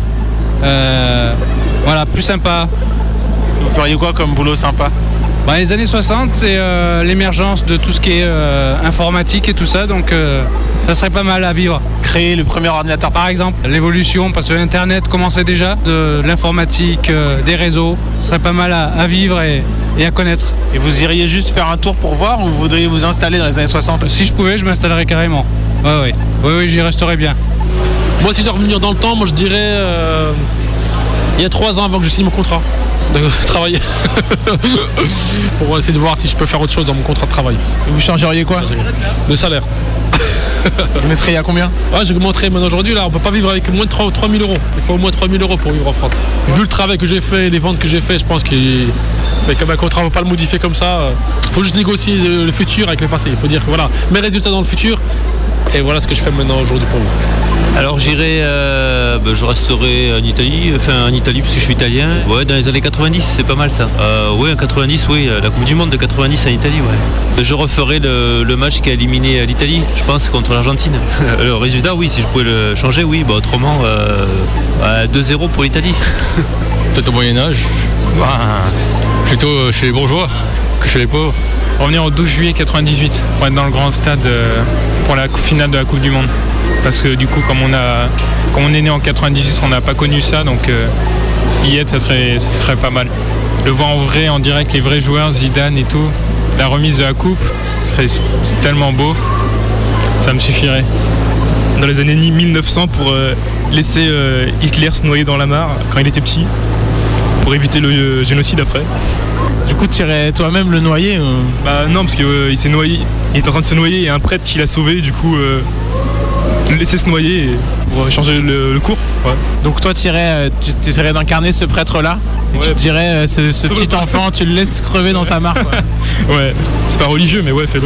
Plus sympa. Vous feriez quoi comme boulot sympa? Les années 60, c'est l'émergence de tout ce qui est informatique et tout ça, donc ça serait pas mal à vivre. Créer le premier ordinateur par exemple, l'évolution, parce que l'internet commençait déjà, de l'informatique, des réseaux, ce serait pas mal à vivre et à connaître. Et vous iriez juste faire un tour pour voir ou vous voudriez vous installer dans les années 60? Si je pouvais, je m'installerais carrément. Oui, j'y resterais bien. Moi, si je dois revenir dans le temps, moi je dirais il y a 3 ans avant que je signe mon contrat de travail. Pour essayer de voir si je peux faire autre chose dans mon contrat de travail. Et vous changeriez quoi? Le salaire. Vous mettriez à combien? Je monterais maintenant aujourd'hui, là on peut pas vivre avec moins de 3 000 euros. Il faut au moins 3 000 euros pour vivre en France. Vu le travail que j'ai fait, les ventes que j'ai fait, je pense qu'avec un contrat on ne va pas le modifier comme ça. Il faut juste négocier le futur avec le passé. Il faut dire que voilà, mes résultats dans le futur, et voilà ce que je fais maintenant aujourd'hui pour vous. Alors j'irai, je resterai en Italie parce que je suis italien. Ouais, dans les années 90, c'est pas mal ça. Oui, en 90, oui, la Coupe du Monde de 90 en Italie, ouais. Je referai le match qui a éliminé l'Italie, je pense, contre l'Argentine. Le résultat, oui, si je pouvais le changer, oui. Autrement, 2-0 pour l'Italie. Peut-être au Moyen-Âge, plutôt chez les bourgeois que chez les pauvres. Revenir au 12 juillet 98 pour être dans le grand stade pour la finale de la Coupe du Monde. Parce que du coup, comme on est né en 98, on n'a pas connu ça, donc y être, ça serait pas mal. Le voir en vrai, en direct, les vrais joueurs, Zidane et tout, la remise de la coupe, c'est tellement beau, ça me suffirait. Dans les années 1900 pour laisser Hitler se noyer dans la mare quand il était petit, pour éviter le génocide après. Du coup, tu irais toi-même le noyer Non, parce qu'il s'est noyé, il est en train de se noyer et un prêtre qui l'a sauvé, du coup, le laisser se noyer pour changer le cours. Ouais. Donc toi, tu essaierais d'incarner ce prêtre-là et tu te dirais, ce petit enfant, tu le laisses crever dans sa mare. Quoi. Ouais, c'est pas religieux, mais ouais, fais-le.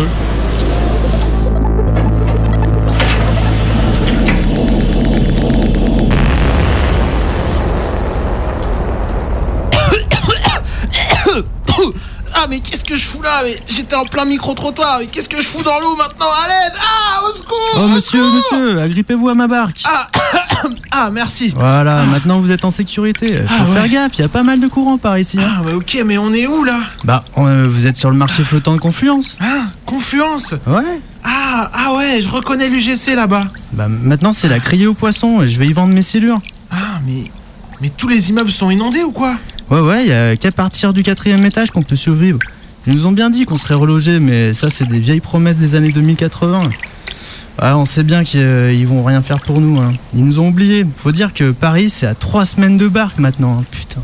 Ah mais qu'est-ce que je fous là? Mais j'étais en plein micro-trottoir, mais qu'est-ce que je fous dans l'eau maintenant? À l'aide! Ah, au secours! Oh monsieur, agrippez-vous à ma barque. Ah merci. Voilà, maintenant vous êtes en sécurité. Faut faire gaffe, il y a pas mal de courant par ici. Ah bah ok, mais on est où là? Vous êtes sur le marché flottant de Confluence. Ah, Confluence? Ouais. Ah ouais, je reconnais l'UGC là-bas. Maintenant c'est la criée aux poissons et je vais y vendre mes silures. Ah mais tous les immeubles sont inondés ou quoi? Ouais, il y a qu'à partir du 4e étage qu'on peut survivre. Ils nous ont bien dit qu'on serait relogés, mais ça c'est des vieilles promesses des années 2080. On sait bien qu'ils vont rien faire pour nous. Ils nous ont oubliés. Faut dire que Paris c'est à 3 semaines de barque maintenant. Putain.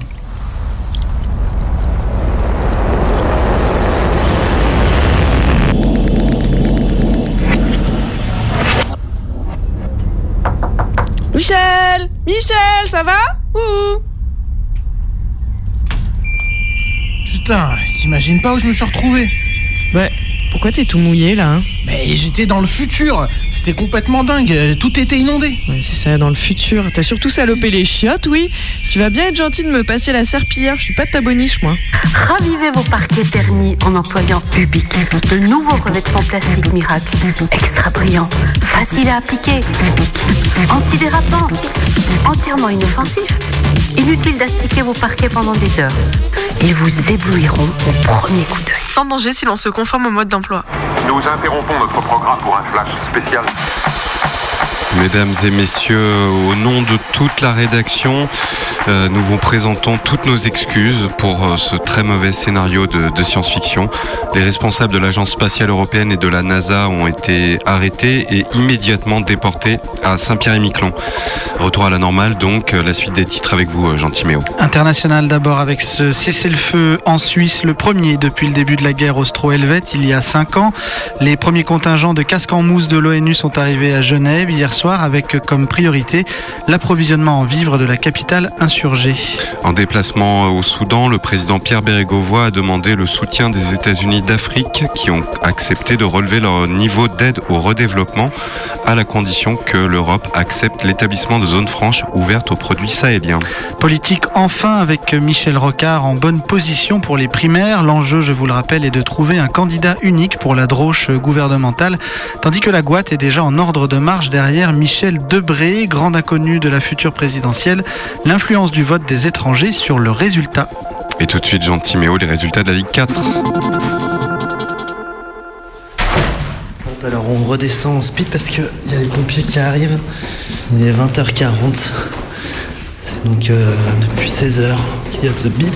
Michel, ça va? Putain, t'imagines pas où je me suis retrouvé? Pourquoi t'es tout mouillé là Mais j'étais dans le futur, c'était complètement dingue, tout était inondé. Ouais, c'est ça, dans le futur. T'as surtout salopé les chiottes, oui. Tu vas bien être gentil de me passer la serpillière, je suis pas de ta boniche, moi. Ravivez vos parquets ternis en employant Ubic, le nouveau revêtement plastique miracle. Extra brillant, facile à appliquer, antidérapant, entièrement inoffensif. Inutile d'astiquer vos parquets pendant des heures. Ils vous éblouiront au premier coup d'œil. Sans danger si l'on se conforme au mode d'emploi. Nous interrompons notre programme pour un flash spécial. Mesdames et messieurs, au nom de toute la rédaction, nous vous présentons toutes nos excuses pour ce très mauvais scénario de science-fiction. Les responsables de l'Agence spatiale européenne et de la NASA ont été arrêtés et immédiatement déportés à Saint-Pierre-et-Miquelon. Retour à la normale, donc la suite des titres avec vous, Jean Timéo. International d'abord avec ce cessez-le-feu en Suisse, le premier depuis le début de la guerre austro-helvète, il y a 5 ans. Les premiers contingents de casques en mousse de l'ONU sont arrivés à Genève hier soir avec comme priorité l'approvisionnement en vivres de la capitale insurgée. En déplacement au Soudan, le président Pierre Bérégovoy a demandé le soutien des États-Unis d'Afrique qui ont accepté de relever leur niveau d'aide au redéveloppement à la condition que l'Europe accepte l'établissement de zones franches ouvertes aux produits sahéliens. Politique enfin avec Michel Rocard en bonne position pour les primaires. L'enjeu, je vous le rappelle, est de trouver un candidat unique pour la droche gouvernementale, tandis que la Gouatte est déjà en ordre de marche derrière Michel Debré, grand inconnu de la future présidentielle. L'influence du vote des étrangers sur le résultat. Et tout de suite, Jean Timéo, les résultats de la Ligue 4. Alors on redescend en speed parce qu'il y a les pompiers qui arrivent. Il est 20h40. C'est donc depuis 16h qu'il y a ce bip.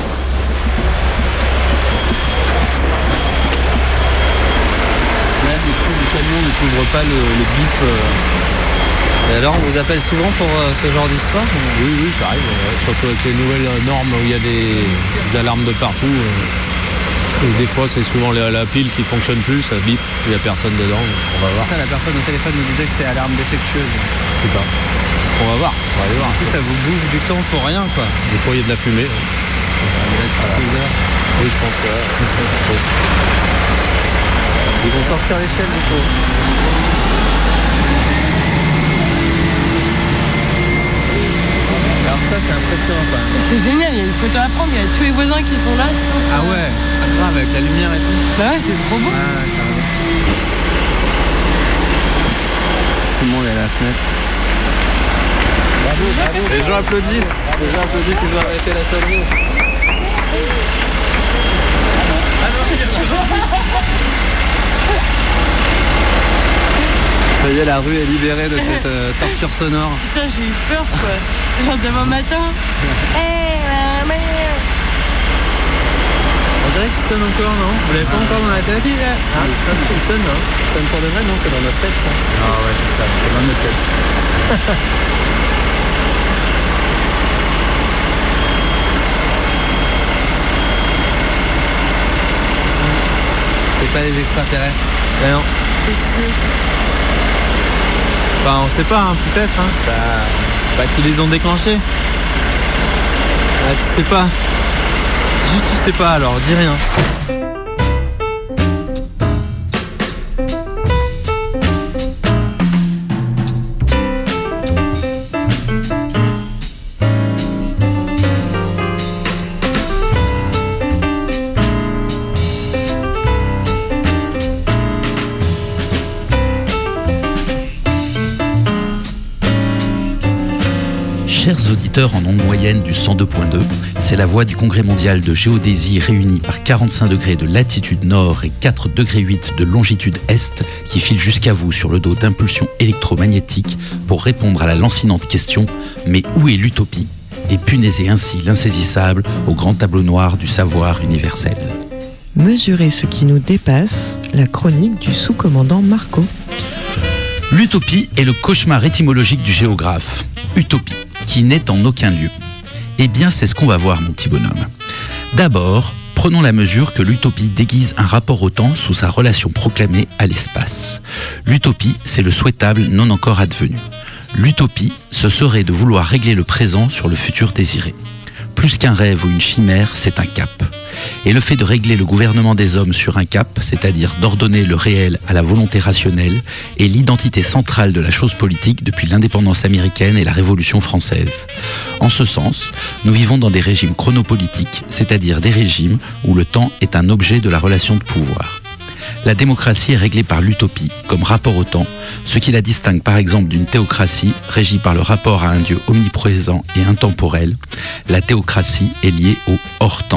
Là, le son du camion ne couvre pas le bip. Et alors, on vous appelle souvent pour ce genre d'histoire? Oui, ça arrive. Surtout avec les nouvelles normes où il y a des alarmes de partout. Des fois, c'est souvent la pile qui fonctionne plus, ça bip, il n'y a personne dedans. On va voir. Ça, la personne au téléphone nous disait que c'est alarme défectueuse. C'est ça. On va voir. On va aller voir. En plus, ça vous bouffe du temps pour rien, quoi. Des fois, il y a de la fumée. On est là depuis 16 heures. Oui, je pense que. Ils vont sortir l'échelle, du coup. ça, c'est impressionnant quand même. C'est génial, il y a une photo à prendre, il y a tous les voisins qui sont là. Ah ouais, grave, avec la lumière et tout. Bah ouais, c'est trop beau. Tout le monde est à la fenêtre. Bravo, bravo. Les gens applaudissent. Les gens applaudissent, ils ont arrêté la sonnerie. Ça y est, la rue est libérée de cette torture sonore. Putain, j'ai eu peur quoi. Genre demain matin. On dirait que ça sonne encore, non? Vous l'avez pas encore dans la tête? Ah, il sonne, non? Ça sonne pour de vrai, non? C'est dans notre tête, je pense. Ah ouais, c'est ça, c'est dans notre tête. C'était pas des extraterrestres. Mais non. Enfin, on sait pas, hein, peut-être. Hein. Bah, qui les ont déclenchés. Ah, tu sais pas. Juste tu sais pas, alors dis rien. Chers auditeurs en onde moyenne du 102.2, c'est la voix du Congrès mondial de géodésie réunie par 45 degrés de latitude nord et 4 degrés 8 de longitude est qui file jusqu'à vous sur le dos d'impulsions électromagnétiques pour répondre à la lancinante question « Mais où est l'utopie ?» et punaiser ainsi l'insaisissable au grand tableau noir du savoir universel. Mesurer ce qui nous dépasse, la chronique du sous-commandant Marco. L'utopie est le cauchemar étymologique du géographe. Utopie, qui n'est en aucun lieu. Eh bien, c'est ce qu'on va voir, mon petit bonhomme. D'abord, prenons la mesure que l'utopie déguise un rapport au temps sous sa relation proclamée à l'espace. L'utopie, c'est le souhaitable non encore advenu. L'utopie, ce serait de vouloir régler le présent sur le futur désiré. Plus qu'un rêve ou une chimère, c'est un cap. Et le fait de régler le gouvernement des hommes sur un cap, c'est-à-dire d'ordonner le réel à la volonté rationnelle, est l'identité centrale de la chose politique depuis l'indépendance américaine et la Révolution française. En ce sens, nous vivons dans des régimes chronopolitiques, c'est-à-dire des régimes où le temps est un objet de la relation de pouvoir. La démocratie est réglée par l'utopie, comme rapport au temps, ce qui la distingue par exemple d'une théocratie régie par le rapport à un Dieu omniprésent et intemporel. La théocratie est liée au hors-temps.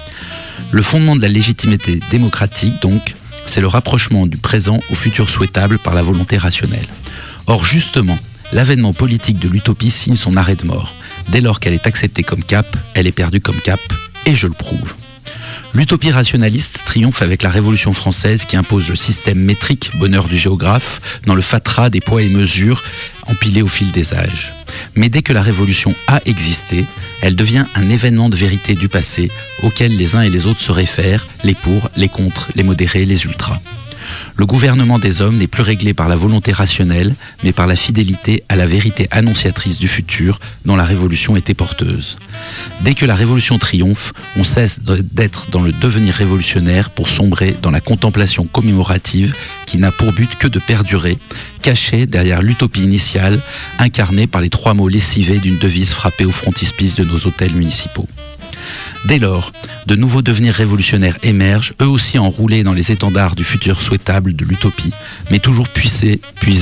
Le fondement de la légitimité démocratique, donc, c'est le rapprochement du présent au futur souhaitable par la volonté rationnelle. Or, justement, l'avènement politique de l'utopie signe son arrêt de mort. Dès lors qu'elle est acceptée comme cap, elle est perdue comme cap, et je le prouve. L'utopie rationaliste triomphe avec la Révolution française qui impose le système métrique, bonheur du géographe, dans le fatras des poids et mesures empilés au fil des âges. Mais dès que la Révolution a existé, elle devient un événement de vérité du passé auquel les uns et les autres se réfèrent, les pour, les contre, les modérés, les ultras. Le gouvernement des hommes n'est plus réglé par la volonté rationnelle, mais par la fidélité à la vérité annonciatrice du futur dont la Révolution était porteuse. Dès que la Révolution triomphe, on cesse d'être dans le devenir révolutionnaire pour sombrer dans la contemplation commémorative qui n'a pour but que de perdurer, cachée derrière l'utopie initiale, incarnée par les 3 mots lessivés d'une devise frappée au frontispice de nos hôtels municipaux. Dès lors, de nouveaux devenirs révolutionnaires émergent, eux aussi enroulés dans les étendards du futur souhaitable de l'utopie, mais toujours puisés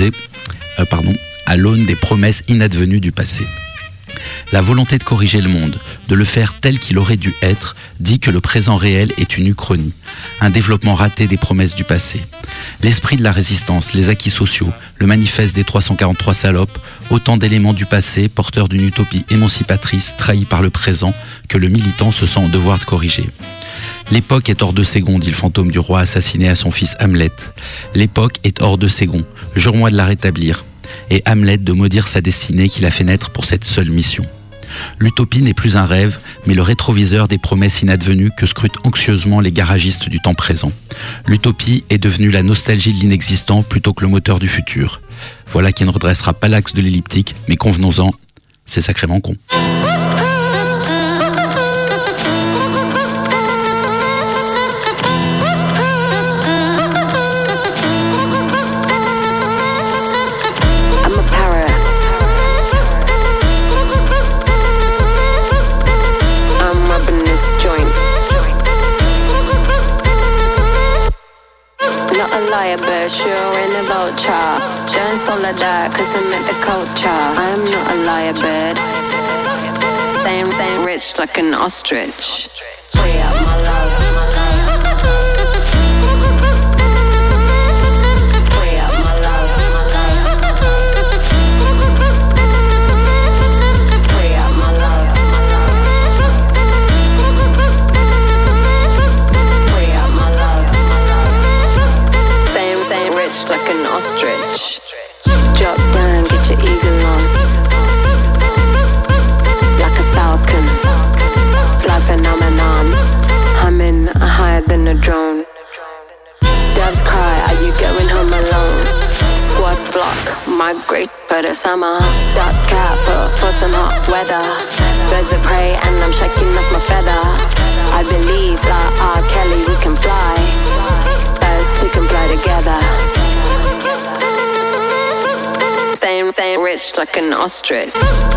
à l'aune des promesses inadvenues du passé. La volonté de corriger le monde, de le faire tel qu'il aurait dû être, dit que le présent réel est une uchronie, un développement raté des promesses du passé. L'esprit de la résistance, les acquis sociaux, le manifeste des 343 salopes, autant d'éléments du passé porteurs d'une utopie émancipatrice trahie par le présent que le militant se sent en devoir de corriger. L'époque est hors de second, dit le fantôme du roi assassiné à son fils Hamlet. L'époque est hors de second, jure-moi de la rétablir. Et Hamlet de maudire sa destinée qu'il a fait naître pour cette seule mission. L'utopie n'est plus un rêve, mais le rétroviseur des promesses inadvenues que scrutent anxieusement les garagistes du temps présent. L'utopie est devenue la nostalgie de l'inexistant plutôt que le moteur du futur. Voilà qui ne redressera pas l'axe de l'elliptique, mais convenons-en, c'est sacrément con. not a liar, but sure in a vulture. Don't swallow that, cause I'm at the culture. I'm not a liar, bird. Staying rich like an ostrich. Free up my love. Free up my love. Free up my love. Free up my love. Staying rich like an ostrich. Drop down, get your eagle on. Like a falcon. Fly phenomenon. Humming higher than a drone. Doves cry, are you going home alone? Squad block, migrate for the summer. Dark cat for some hot weather. Birds of prey and I'm shaking off my feather. I believe like R. Kelly we can fly. Birds two can fly together. Staying rich like an ostrich.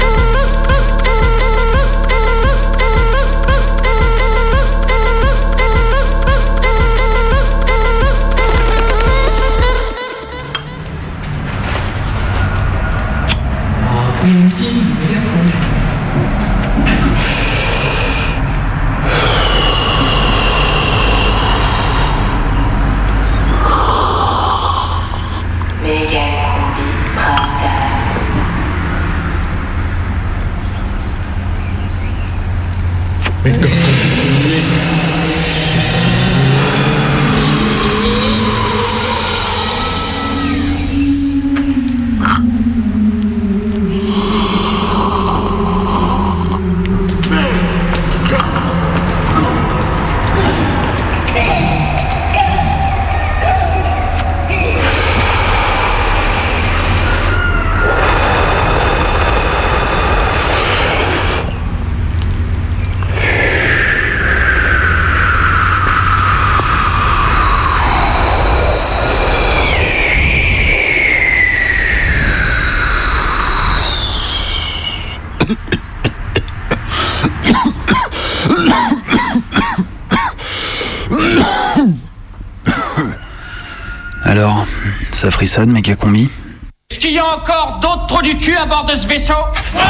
Alors, ça frissonne, méga combi. Est-ce qu'il y a encore d'autres trous du cul à bord de ce vaisseau?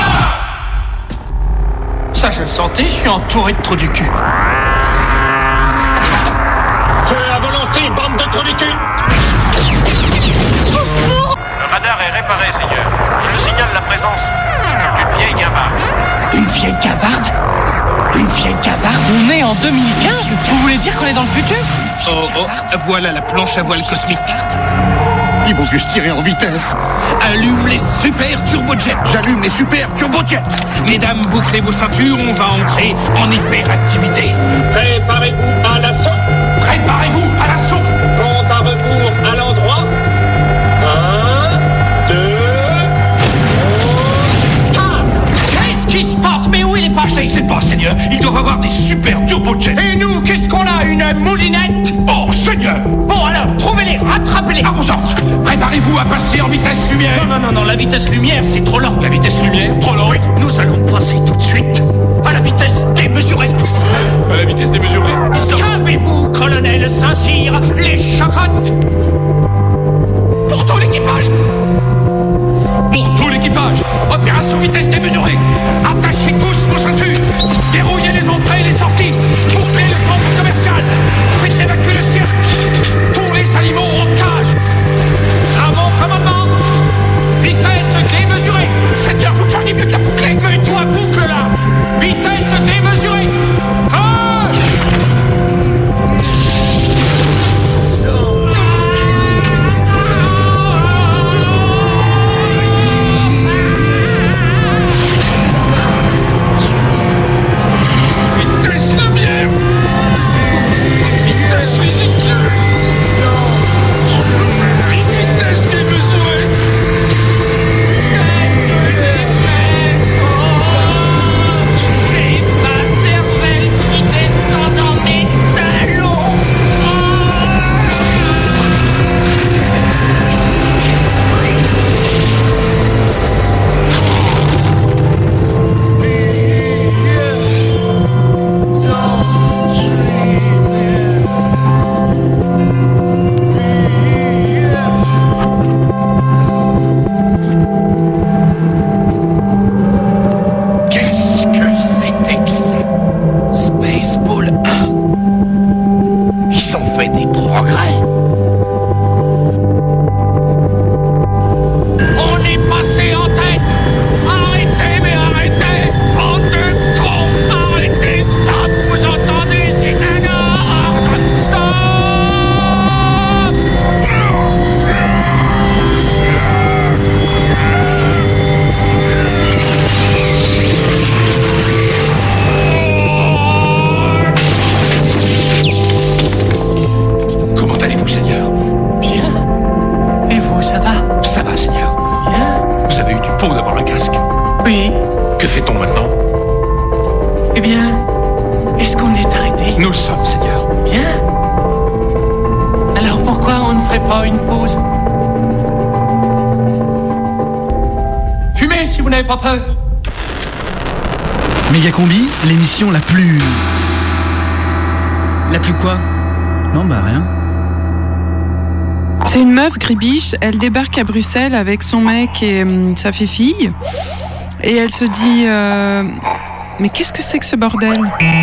Ça, je le sentais, je suis entouré de trous du cul. Feu à volonté, bande de trous du cul! Le radar est réparé, Seigneur. Il me signale la présence d'une vieille gavarde. Une vieille gavarde? Une vieille gavarde? On est en 2015? Vous voulez dire qu'on est dans le futur? Voilà la planche à voile cosmique. Ils vont juste tirer en vitesse. Allume les super turbojets. J'allume les super turbojets. Mesdames, bouclez vos ceintures, on va entrer en hyperactivité. Préparez-vous à l'assaut. Préparez-vous à l'assaut. Compte à rebours à l'endroit. 1, 2, 3. Qu'est-ce qui se passe? Mais où il est passé? Je sais pas, Seigneur. Ils doivent avoir des super turbojets. Et nous, qu'est-ce qu'on a? Une moulinette? Oh, Seigneur. Bon alors, trouvez-les, rattrapez-les. À vos ordres. Préparez-vous à passer en vitesse lumière. Non, la vitesse lumière, c'est trop lent. La vitesse lumière, trop lent. Oui, nous allons passer tout de suite à la vitesse démesurée. À la vitesse démesurée? Qu'avez-vous, colonel Saint-Cyr? Les chocottes. Pour tout l'équipage. Pour tout l'équipage. Opération vitesse démesurée. Attachez tous vos ceintures. Verrouillez les entrées et les sorties. Bouclez le centre commercial. Faites évacuer le cirque. Tous les animaux en cage. À mon commandement. Vitesse démesurée. Seigneur, vous feriez mieux de la boucler. Mais toi, boucle là. Vitesse démesurée. Feu! ferai pas une pause. Fumez si vous n'avez pas peur. Mégacombi, l'émission la plus... La plus quoi? Non, bah rien. C'est une meuf gribiche, elle débarque à Bruxelles avec son mec et sa fille. Et elle se dit mais qu'est-ce que c'est que ce bordel?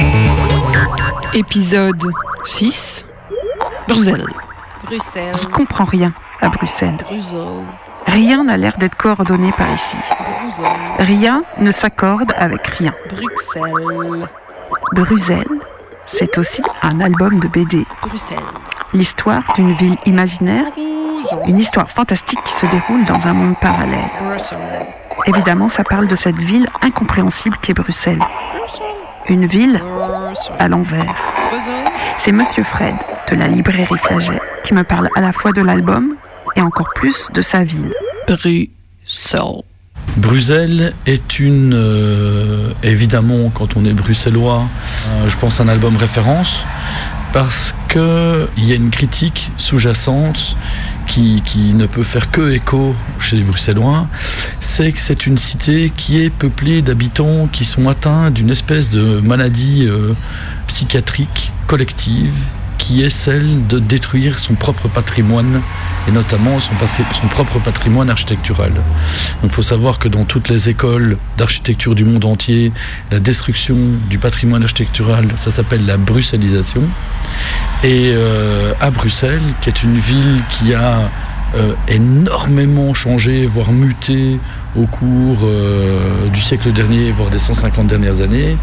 Épisode 6. Bruxelles. J'y comprends rien à Bruxelles. Rien n'a l'air d'être coordonné par ici. Rien ne s'accorde avec rien. Bruxelles, c'est aussi un album de BD. L'histoire d'une ville imaginaire, une histoire fantastique qui se déroule dans un monde parallèle. Évidemment, ça parle de cette ville incompréhensible qu'est Bruxelles. Une ville à l'envers. C'est Monsieur Fred, de la librairie Flaget, qui me parle à la fois de l'album et encore plus de sa ville. Bruxelles. Bruxelles est évidemment, quand on est bruxellois, je pense un album référence, parce qu'il y a une critique sous-jacente qui ne peut faire que écho chez les Bruxellois, c'est que c'est une cité qui est peuplée d'habitants qui sont atteints d'une espèce de maladie psychiatrique collective, qui est celle de détruire son propre patrimoine, et notamment son propre patrimoine architectural. Il faut savoir que dans toutes les écoles d'architecture du monde entier, la destruction du patrimoine architectural, ça s'appelle la bruxellisation. Et à Bruxelles, qui est une ville qui a énormément changé, voire muté au cours du siècle dernier, voire des 150 dernières années,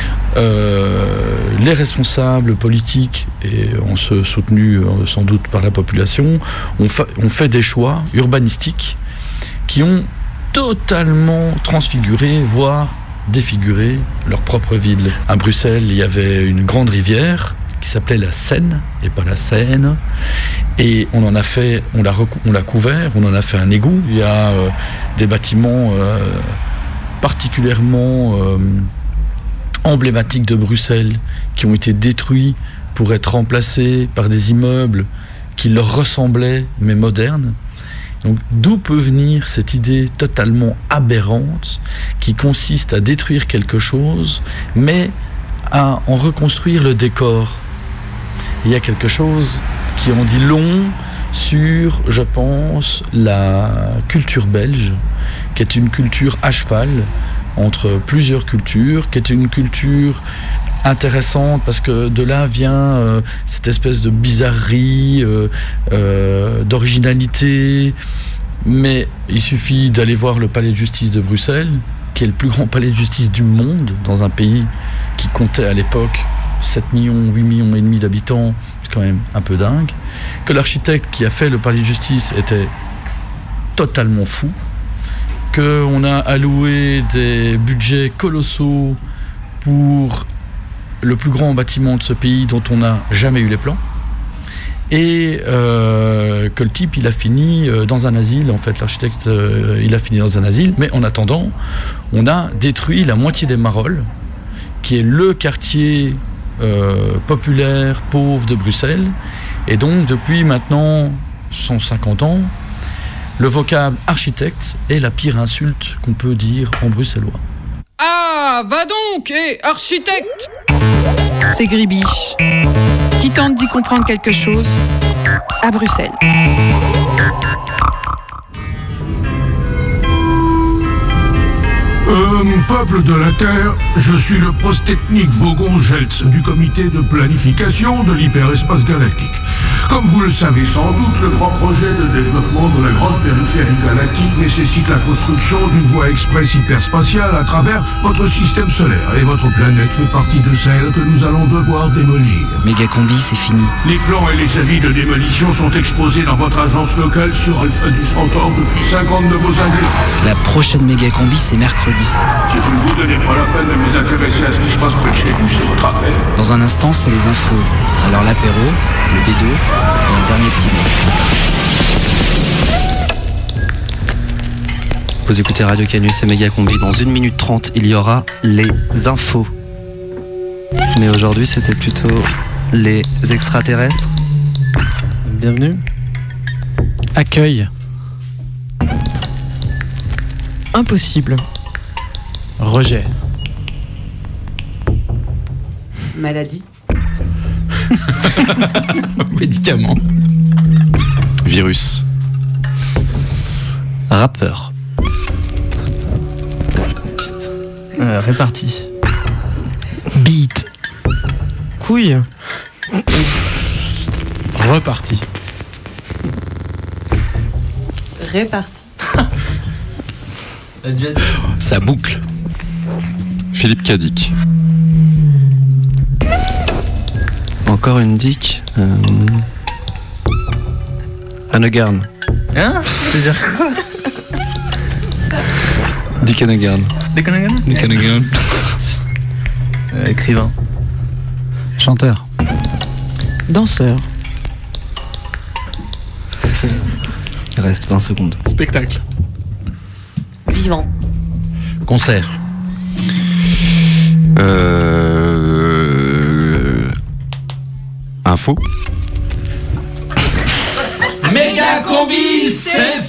les responsables politiques, et on se soutenus sans doute par la population, ont fait des choix urbanistiques qui ont totalement transfiguré, voire défiguré leur propre ville. À Bruxelles, il y avait une grande rivière qui s'appelait la Seine et pas la Seine, et on l'a couvert, on en a fait un égout. Il y a des bâtiments particulièrement emblématiques de Bruxelles qui ont été détruits pour être remplacés par des immeubles qui leur ressemblaient mais modernes. Donc d'où peut venir cette idée totalement aberrante qui consiste à détruire quelque chose mais à en reconstruire le décor? Il y a quelque chose qui en dit long sur, je pense, la culture belge, qui est une culture à cheval entre plusieurs cultures, qui est une culture intéressante parce que de là vient cette espèce de bizarrerie, d'originalité. Mais il suffit d'aller voir le palais de justice de Bruxelles, qui est le plus grand palais de justice du monde, dans un pays qui comptait à l'époque 7 millions, 8 millions et demi d'habitants, c'est quand même un peu dingue, que l'architecte qui a fait le palais de justice était totalement fou, qu'on a alloué des budgets colossaux pour le plus grand bâtiment de ce pays dont on n'a jamais eu les plans, et que le type il a fini dans un asile. En fait, l'architecte il a fini dans un asile, mais en attendant on a détruit la moitié des Marolles, qui est le quartier populaire, pauvre de Bruxelles. Et donc depuis maintenant 150 ans, le vocable architecte est la pire insulte qu'on peut dire en bruxellois. Ah, va donc, architecte! C'est Gribiche, qui tente d'y comprendre quelque chose à Bruxelles. Peuple de la Terre, je suis le prostechnique Vogon-Geltz du comité de planification de l'hyperespace galactique. Comme vous le savez sans doute, le grand projet de développement de la grande périphérie galactique nécessite la construction d'une voie express hyperspatiale à travers votre système solaire, et votre planète fait partie de celles que nous allons devoir démolir. Mégacombi, c'est fini. Les plans et les avis de démolition sont exposés dans votre agence locale sur Alpha du Centaure depuis 50 de vos années. La prochaine Mégacombi, c'est mercredi. Si vous ne vous donnez pas la peine de vous intéresser à ce qui se passe près de chez vous, c'est votre affaire. Dans un instant, c'est les infos. Alors l'apéro, le bédo et un dernier petit mot. Vous écoutez Radio Canus et Mégacombi. Dans 1 minute 30, il y aura les infos. Mais aujourd'hui, c'était plutôt les extraterrestres. Bienvenue. Accueil. Impossible. Rejet. Maladie. Médicament. Virus. Rappeur. Réparti. Beat. Couille. Reparti. Réparti. Ça boucle. Philippe Cadic. Encore une dick. Anagarn. Hein? C'est-à-dire quoi? Dick Anagarn. Dick Anagarn? Dick Anagarn. Écrivain. Chanteur. Danseur. Il reste 20 secondes. Spectacle. Vivant. Concert. Info. Méga combi, c'est